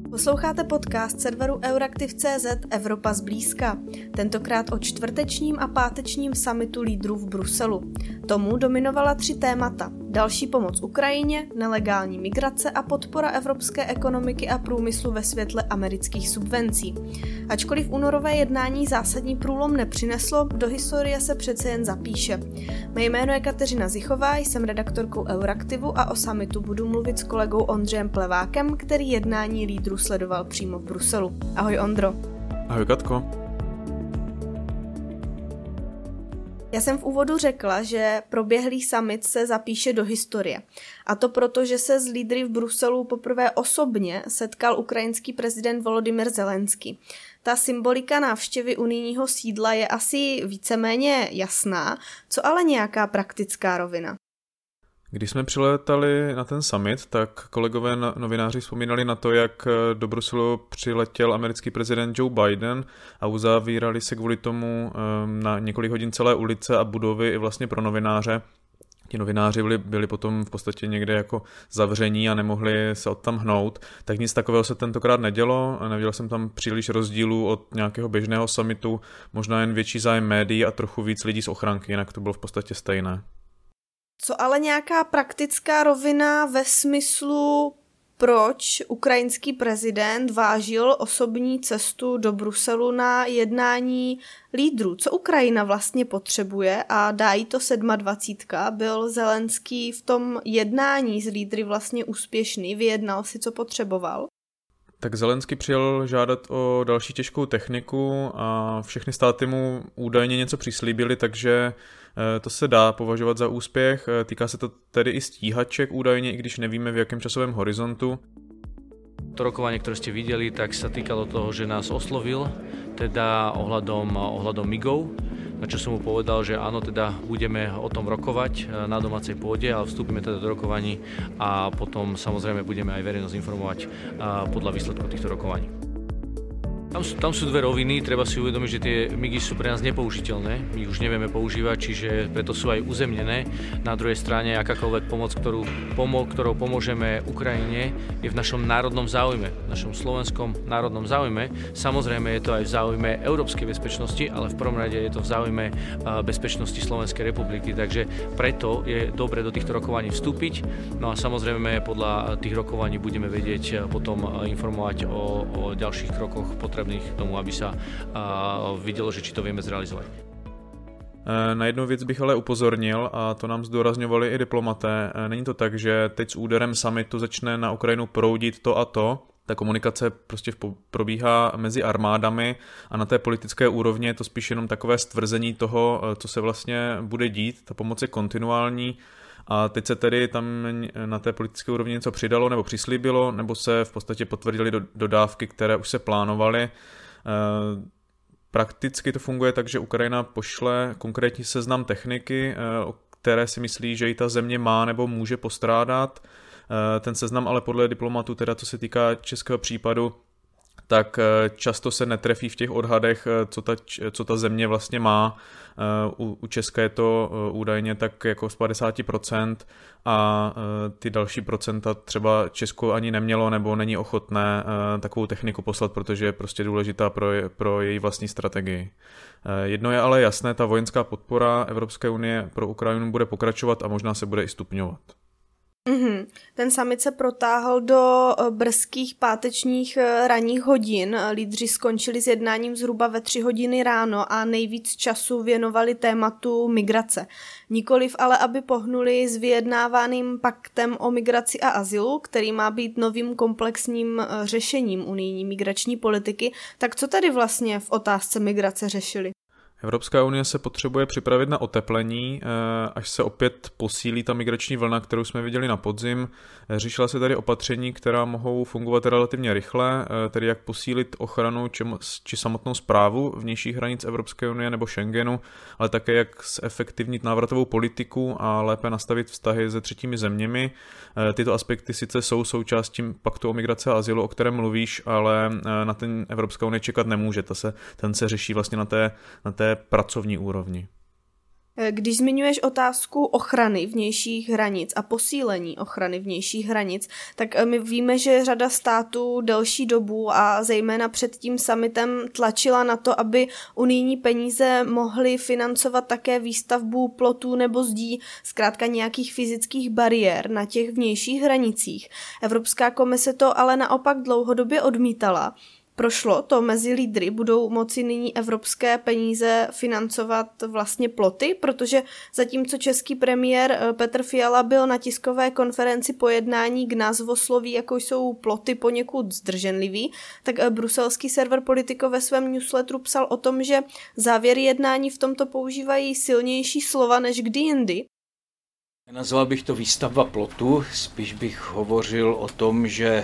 Posloucháte podcast serveru Euraktiv.cz Evropa zblízka, tentokrát o čtvrtečním a pátečním summitu lídrů v Bruselu. Tomu dominovala 3 témata: další pomoc Ukrajině, nelegální migrace a podpora evropské ekonomiky a průmyslu ve světle amerických subvencí. Ačkoliv únorové jednání zásadní průlom nepřineslo, do historie se přece jen zapíše. Mé jméno je Kateřina Zichová, jsem redaktorkou Euraktivu a o summitu budu mluvit s kolegou Ondřejem Plevákem, který jednání lídrů sledoval přímo v Bruselu. Ahoj Ondro. Ahoj Katko. Já jsem v úvodu řekla, že proběhlý summit se zapíše do historie. A to proto, že se s lídry v Bruselu poprvé osobně setkal ukrajinský prezident Volodymyr Zelenský. Ta symbolika návštěvy unijního sídla je asi víceméně jasná, co ale nějaká praktická rovina? Když jsme přilétali na ten summit, tak kolegové novináři vzpomínali na to, jak do Bruselu přiletěl americký prezident Joe Biden a uzavírali se kvůli tomu na několik hodin celé ulice a budovy i vlastně pro novináře. Ti novináři byli potom v podstatě někde jako zavření a nemohli se od tam hnout, tak nic takového se tentokrát nedělo. Neviděl jsem tam příliš rozdílů od nějakého běžného summitu, možná jen větší zájem médií a trochu víc lidí z ochranky, jinak to bylo v podstatě stejné. Co ale nějaká praktická rovina ve smyslu, proč ukrajinský prezident vážil osobní cestu do Bruselu na jednání lídrů? Co Ukrajina vlastně potřebuje a dá jí to 27? Byl Zelenský v tom jednání s lídry vlastně úspěšný? Vyjednal si, co potřeboval? Tak Zelenský přijel žádat o další těžkou techniku a všechny státy mu údajně něco přislíbili, takže to se dá považovat za úspěch. Týká se to tedy i stíhaček údajně, i když nevíme v jakém časovém horizontu. To rokovanie, ktoré ste videli, tak sa týkalo toho, že nás oslovil, teda ohľadom migov, na čo som mu povedal, že áno, teda budeme o tom rokovať na domácej pôde, ale vstúpime teda do rokovaní a potom samozrejme budeme aj verejnosť informovať podľa výsledkov týchto rokovaní. Tam sú dve roviny, treba si uvedomiť, že tie migy sú pre nás nepoužiteľné, my už nevieme používať, čiže preto sú aj uzemnené. Na druhej strane akákoľvek pomoc, ktorou pomôžeme Ukrajine, je v našom národnom záujme, v našom slovenskom národnom záujme. Samozrejme je to aj v záujme európskej bezpečnosti, ale v prvom rade je to v záujme bezpečnosti Slovenskej republiky, takže preto je dobre do týchto rokovaní vstúpiť. No a samozrejme podľa tých rokovaní budeme vedieť potom informovať o ďalších krokoch potrebných k tomu, aby sa vidělo, že či to vieme zrealizovat. Na jednu věc bych ale upozornil, a to nám zdůrazňovali i diplomaté. Není to tak, že teď s úderem summitu začne na Ukrajinu proudit to a to. Ta komunikace prostě probíhá mezi armádami a na té politické úrovni je to spíš jenom takové stvrzení toho, co se vlastně bude dít. Ta pomoc je kontinuální. A teď se tedy tam na té politické úrovni něco přidalo nebo přislíbilo, nebo se v podstatě potvrdily dodávky, které už se plánovaly. Prakticky to funguje tak, že Ukrajina pošle konkrétní seznam techniky, o které si myslí, že ji ta země má nebo může postrádat. Ten seznam ale podle diplomatů, teda co se týká českého případu, tak často se netrefí v těch odhadech, co ta země vlastně má. U Česka je to údajně tak jako z 50% a ty další procenta třeba Česko ani nemělo nebo není ochotné takovou techniku poslat, protože je prostě důležitá pro její vlastní strategii. Jedno je ale jasné, ta vojenská podpora Evropské unie pro Ukrajinu bude pokračovat a možná se bude i stupňovat. Ten summit se protáhl do brzkých pátečních ranních hodin. Lídři skončili s jednáním zhruba ve 3 hodiny ráno a nejvíc času věnovali tématu migrace. Nikoliv ale, aby pohnuli s vyjednávaným paktem o migraci a azylu, který má být novým komplexním řešením unijní migrační politiky. Tak co tady vlastně v otázce migrace řešili? Evropská unie se potřebuje připravit na oteplení, až se opět posílí ta migrační vlna, kterou jsme viděli na podzim. Řešila se tady opatření, která mohou fungovat relativně rychle, tedy jak posílit ochranu či samotnou správu vnějších hranic Evropské unie nebo Schengenu, ale také jak zefektivnit návratovou politiku a lépe nastavit vztahy se třetími zeměmi. Tyto aspekty sice jsou součástí paktu o migraci a azylu, o kterém mluvíš, ale na ten Evropská unie čekat nemůže. Ten se řeší vlastně na té pracovní úrovni. Když zmiňuješ otázku ochrany vnějších hranic a posílení ochrany vnějších hranic, tak my víme, že řada států delší dobu a zejména před tím summitem tlačila na to, aby unijní peníze mohly financovat také výstavbu plotů nebo zdí, zkrátka nějakých fyzických bariér na těch vnějších hranicích. Evropská komise to ale naopak dlouhodobě odmítala. Prošlo to mezi lídry, budou moci nyní evropské peníze financovat vlastně ploty, protože zatímco český premiér Petr Fiala byl na tiskové konferenci po jednání k názvosloví, jako jsou ploty, poněkud zdrženlivý, tak bruselský server Politico ve svém newsletteru psal o tom, že závěry jednání v tomto používají silnější slova než kdy jindy. Nazval bych to výstavba plotu, spíš bych hovořil o tom, že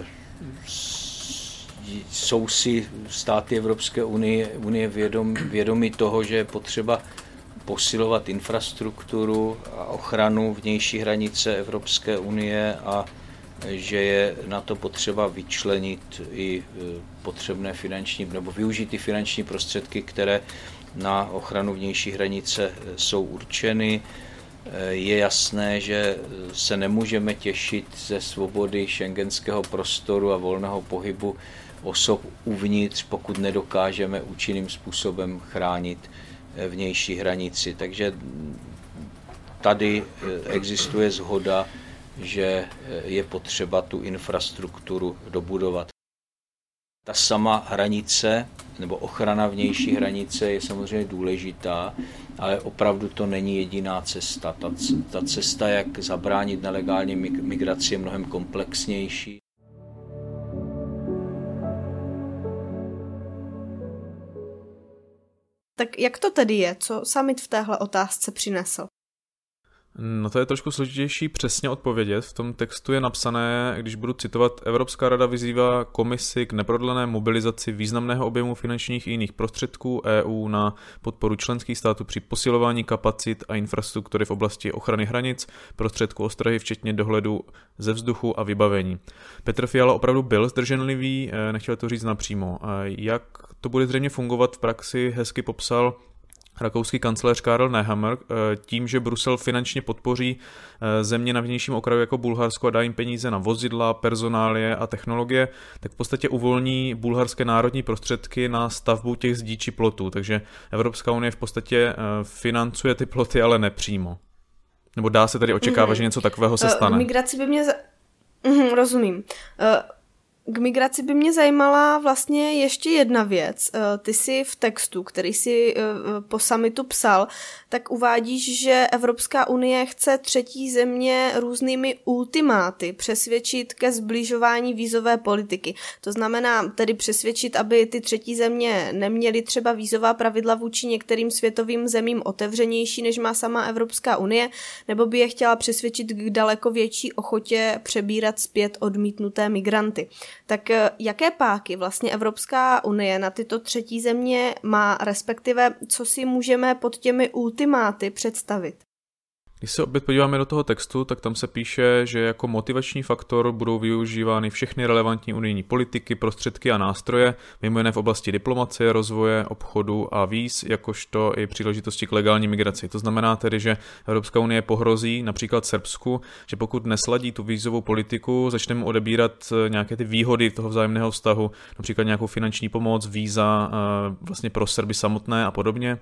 jsou si státy Evropské unie vědomi toho, že je potřeba posilovat infrastrukturu a ochranu vnější hranice Evropské unie a že je na to potřeba vyčlenit i potřebné finanční nebo využít ty finanční prostředky, které na ochranu vnější hranice jsou určeny. Je jasné, že se nemůžeme těšit ze svobody schengenského prostoru a volného pohybu osob uvnitř, pokud nedokážeme účinným způsobem chránit vnější hranici. Takže tady existuje shoda, že je potřeba tu infrastrukturu dobudovat. Ta sama hranice nebo ochrana vnější hranice je samozřejmě důležitá, ale opravdu to není jediná cesta. Ta cesta, jak zabránit nelegální migraci, je mnohem komplexnější. Tak jak to tedy je? Co summit v téhle otázce přinesl? No to je trošku složitější přesně odpovědět. V tom textu je napsané, když budu citovat, Evropská rada vyzývá komisi k neprodlené mobilizaci významného objemu finančních i jiných prostředků EU na podporu členských států při posilování kapacit a infrastruktury v oblasti ochrany hranic, prostředků ostrahy včetně dohledu ze vzduchu a vybavení. Petr Fiala opravdu byl zdrženlivý, nechtěl to říct napřímo. Jak to bude zřejmě fungovat v praxi, hezky popsal rakouský kancléř Karel Nehammer tím, že Brusel finančně podpoří země na vnějším okraji jako Bulharsko a dá jim peníze na vozidla, personálie a technologie, tak v podstatě uvolní bulharské národní prostředky na stavbu těch zdí či plotů. Takže Evropská unie v podstatě financuje ty ploty, ale nepřímo. Nebo dá se tedy očekávat, že něco takového se stane. Migraci by mě... Rozumím. K migraci by mě zajímala vlastně ještě jedna věc. Ty si v textu, který si po summitu psal, tak uvádíš, že Evropská unie chce třetí země různými ultimáty přesvědčit ke sbližování vízové politiky. To znamená tedy přesvědčit, aby ty třetí země neměly třeba vízová pravidla vůči některým světovým zemím otevřenější, než má sama Evropská unie, nebo by je chtěla přesvědčit k daleko větší ochotě přebírat zpět odmítnuté migranty. Tak jaké páky vlastně Evropská unie na tyto třetí země má, respektive co si můžeme pod těmi ultimáty představit? Když se opět podíváme do toho textu, tak tam se píše, že jako motivační faktor budou využívány všechny relevantní unijní politiky, prostředky a nástroje, mimo jiné v oblasti diplomacie, rozvoje, obchodu a víz, jakožto i příležitosti k legální migraci. To znamená tedy, že Evropská unie pohrozí například Srbsku, že pokud nesladí tu vízovou politiku, začneme odebírat nějaké ty výhody toho vzájemného vztahu, například nějakou finanční pomoc, víza vlastně pro Srby samotné a podobně.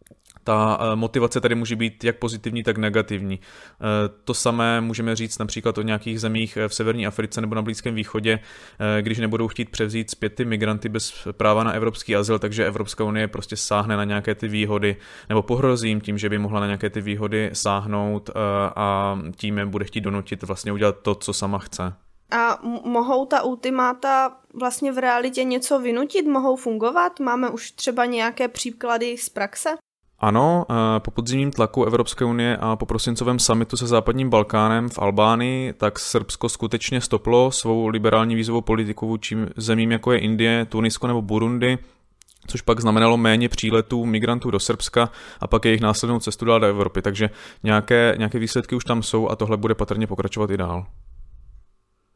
Ta motivace tady může být jak pozitivní, tak negativní. To samé můžeme říct například o nějakých zemích v severní Africe nebo na Blízkém východě, když nebudou chtít převzít zpět ty migranty bez práva na evropský azyl, takže Evropská unie prostě sáhne na nějaké ty výhody, nebo pohrozí jim tím, že by mohla na nějaké ty výhody sáhnout a tím je bude chtít donutit vlastně udělat to, co sama chce. A mohou ta ultimáta vlastně v realitě něco vynutit? Mohou fungovat? Máme už třeba nějaké příklady z praxe? Ano, po podzimním tlaku Evropské unie a po prosincovém summitu se západním Balkánem v Albánii, tak Srbsko skutečně stoplo svou liberální vízovou politiku vůči zemím jako je Indie, Tunisko nebo Burundi, což pak znamenalo méně příletů migrantů do Srbska a pak jejich následnou cestu dál do Evropy. Takže nějaké výsledky už tam jsou a tohle bude patrně pokračovat i dál.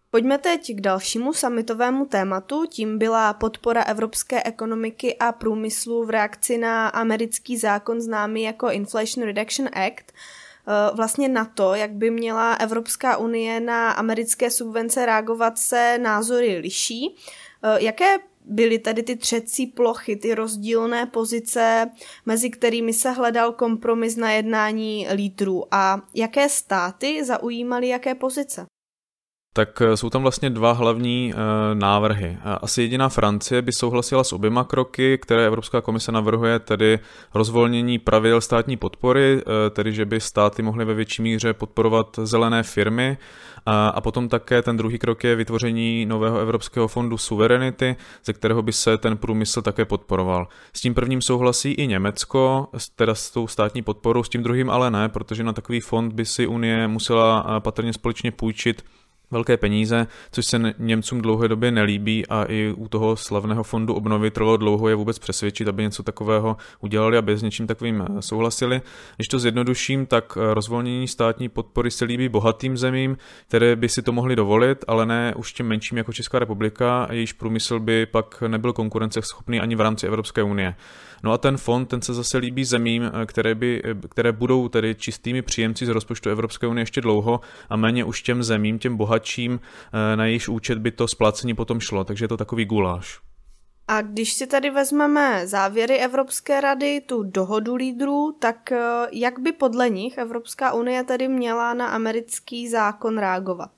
Pojďme teď k dalšímu summitovému tématu, tím byla podpora evropské ekonomiky a průmyslu v reakci na americký zákon známý jako Inflation Reduction Act, vlastně na to, jak by měla Evropská unie na americké subvence reagovat, se názory liší. Jaké byly tady ty třecí plochy, ty rozdílné pozice, mezi kterými se hledal kompromis na jednání lídrů a jaké státy zaujímaly jaké pozice? Tak jsou tam vlastně dva hlavní návrhy. Asi jediná Francie by souhlasila s oběma kroky, které Evropská komise navrhuje, tedy rozvolnění pravidel státní podpory, tedy že by státy mohly ve větší míře podporovat zelené firmy, a potom také ten druhý krok je vytvoření nového Evropského fondu suverenity, ze kterého by se ten průmysl také podporoval. S tím prvním souhlasí i Německo, teda s tou státní podporou, s tím druhým ale ne, protože na takový fond by si Unie musela patrně společně půjčit velké peníze, což se Němcům dlouhodobě nelíbí a i u toho slavného fondu obnovy trvalo dlouho je vůbec přesvědčit, aby něco takového udělali, aby s něčím takovým souhlasili. Když to zjednoduším, tak rozvolnění státní podpory se líbí bohatým zemím, které by si to mohly dovolit, ale ne už těm menším jako Česká republika, jejíž průmysl by pak nebyl konkurenceschopný ani v rámci Evropské unie. No a ten fond, ten se zase líbí zemím, které budou tedy čistými příjemci z rozpočtu Evropské unie ještě dlouho a méně už těm zemím, těm bohatším, na jejich účet by to splácení potom šlo, takže je to takový guláš. A když si tady vezmeme závěry Evropské rady, tu dohodu lídrů, tak jak by podle nich Evropská unie tedy měla na americký zákon reagovat?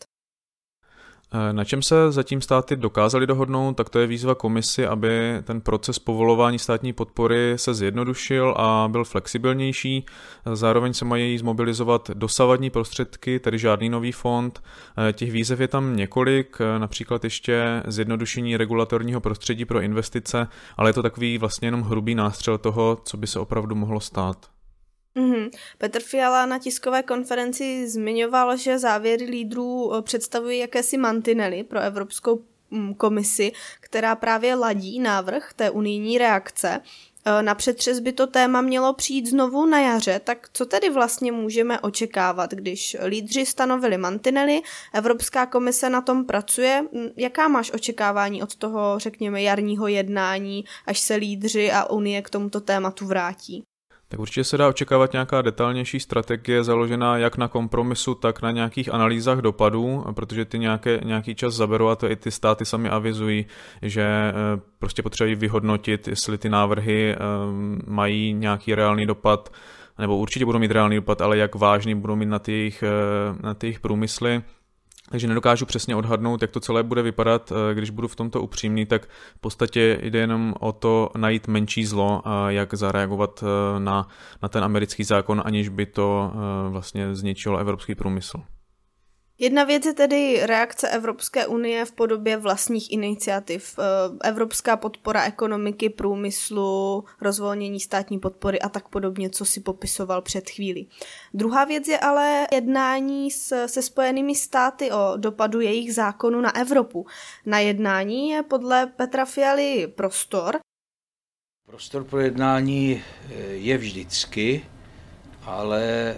Na čem se zatím státy dokázaly dohodnout, tak to je výzva komisi, aby ten proces povolování státní podpory se zjednodušil a byl flexibilnější. Zároveň se mají zmobilizovat dosavadní prostředky, tedy žádný nový fond. Těch výzev je tam několik, například ještě zjednodušení regulatorního prostředí pro investice, ale je to takový vlastně jenom hrubý nástřel toho, co by se opravdu mohlo stát. Petr Fiala na tiskové konferenci zmiňoval, že závěry lídrů představují jakési mantinely pro Evropskou komisi, která právě ladí návrh té unijní reakce. Na přetřes by to téma mělo přijít znovu na jaře, tak co tedy vlastně můžeme očekávat, když lídři stanovili mantinely, Evropská komise na tom pracuje? Jaká máš očekávání od toho, řekněme, jarního jednání, až se lídři a Unie k tomuto tématu vrátí? Tak určitě se dá očekávat nějaká detailnější strategie založená jak na kompromisu, tak na nějakých analýzách dopadů, protože ty nějaký čas zaberou a to i ty státy sami avizují, že prostě potřebují vyhodnotit, jestli ty návrhy mají nějaký reálný dopad, nebo určitě budou mít reálný dopad, ale jak vážný budou mít na ty jejich průmysly. Takže nedokážu přesně odhadnout, jak to celé bude vypadat, když budu v tomto upřímný, tak v podstatě jde jenom o to najít menší zlo a jak zareagovat na ten americký zákon, aniž by to vlastně zničilo evropský průmysl. Jedna věc je tedy reakce Evropské unie v podobě vlastních iniciativ, evropská podpora ekonomiky, průmyslu, rozvolnění státní podpory a tak podobně, co si popisoval před chvílí. Druhá věc je ale jednání se Spojenými státy o dopadu jejich zákonů na Evropu. Na jednání je podle Petra Fialy prostor. Prostor pro jednání je vždycky, ale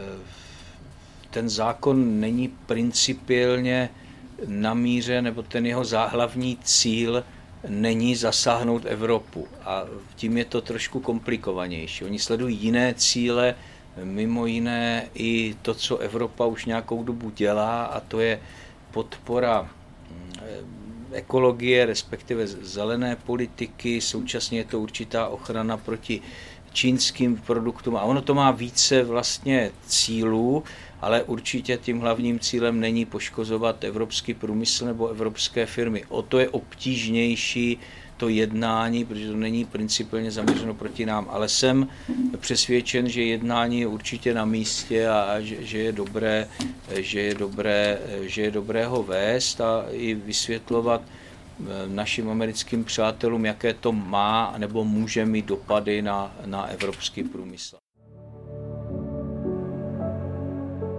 ten zákon není principiálně namířen, nebo ten jeho hlavní cíl není zasáhnout Evropu. A tím je to trošku komplikovanější. Oni sledují jiné cíle, mimo jiné i to, co Evropa už nějakou dobu dělá, a to je podpora ekologie, respektive zelené politiky, současně je to určitá ochrana proti čínským produktům a ono to má více vlastně cílů, ale určitě tím hlavním cílem není poškozovat evropský průmysl nebo evropské firmy. O to je obtížnější to jednání, protože to není principiálně zaměřeno proti nám, ale jsem přesvědčen, že jednání je určitě na místě a že je dobré ho vést a i vysvětlovat našim americkým přátelům, jaké to má nebo může mít dopady na evropský průmysl.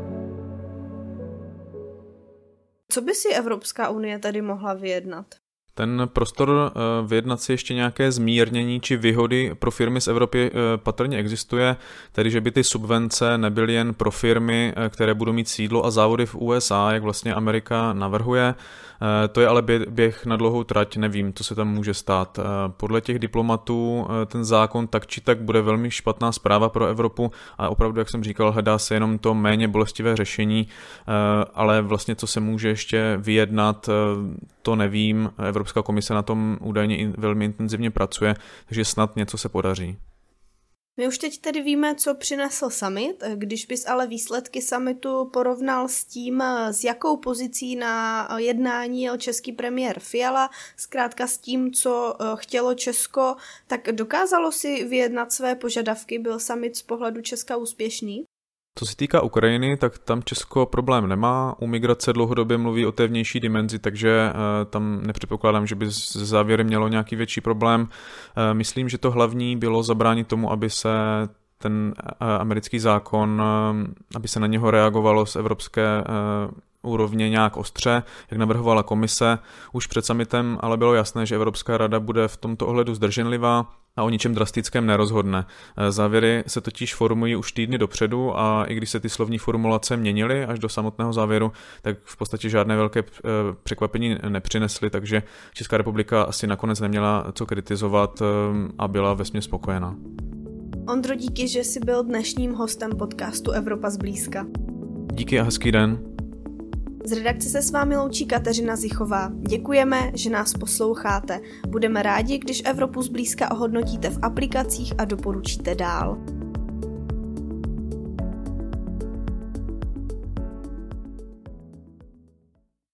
Co by si Evropská unie tady mohla vyjednat? ten prostor vyjednat si ještě nějaké zmírnění či výhody pro firmy z Evropy patrně existuje, tedy že by ty subvence nebyly jen pro firmy, které budou mít sídlo a závody v USA, jak vlastně Amerika navrhuje. To je ale běh na dlouhou trať, nevím, co se tam může stát. Podle těch diplomatů ten zákon tak či tak bude velmi špatná zpráva pro Evropu a opravdu, jak jsem říkal, hledá se jenom to méně bolestivé řešení, ale vlastně co se může ještě vyjednat, to nevím. Evropská komise na tom údajně velmi intenzivně pracuje, takže snad něco se podaří. My už teď tedy víme, co přinesl summit, když bys ale výsledky summitu porovnal s tím, s jakou pozicí na jednání jel český premiér Fiala, zkrátka s tím, co chtělo Česko, tak dokázalo si vyjednat své požadavky, byl summit z pohledu Česka úspěšný? Co se týká Ukrajiny, tak tam Česko problém nemá. U migrace dlouhodobě mluví o té vnější dimenzi, takže tam nepředpokládám, že by ze závěry mělo nějaký větší problém. Myslím, že to hlavní bylo zabránit tomu, aby se ten americký zákon, aby se na něho reagovalo z evropské úrovně nějak ostře, jak navrhovala komise. Už před summitem ale bylo jasné, že Evropská rada bude v tomto ohledu zdrženlivá a o ničem drastickém nerozhodne. Závěry se totiž formují už týdny dopředu a i když se ty slovní formulace měnily až do samotného závěru, tak v podstatě žádné velké překvapení nepřinesly, takže Česká republika asi nakonec neměla co kritizovat a byla vesměs spokojená. Ondro, díky, že jsi byl dnešním hostem podcastu Evropa zblízka. Díky a hezký den. Z redakce se s vámi loučí Kateřina Zichová. Děkujeme, že nás posloucháte. Budeme rádi, když Evropu zblízka ohodnotíte v aplikacích a doporučíte dál.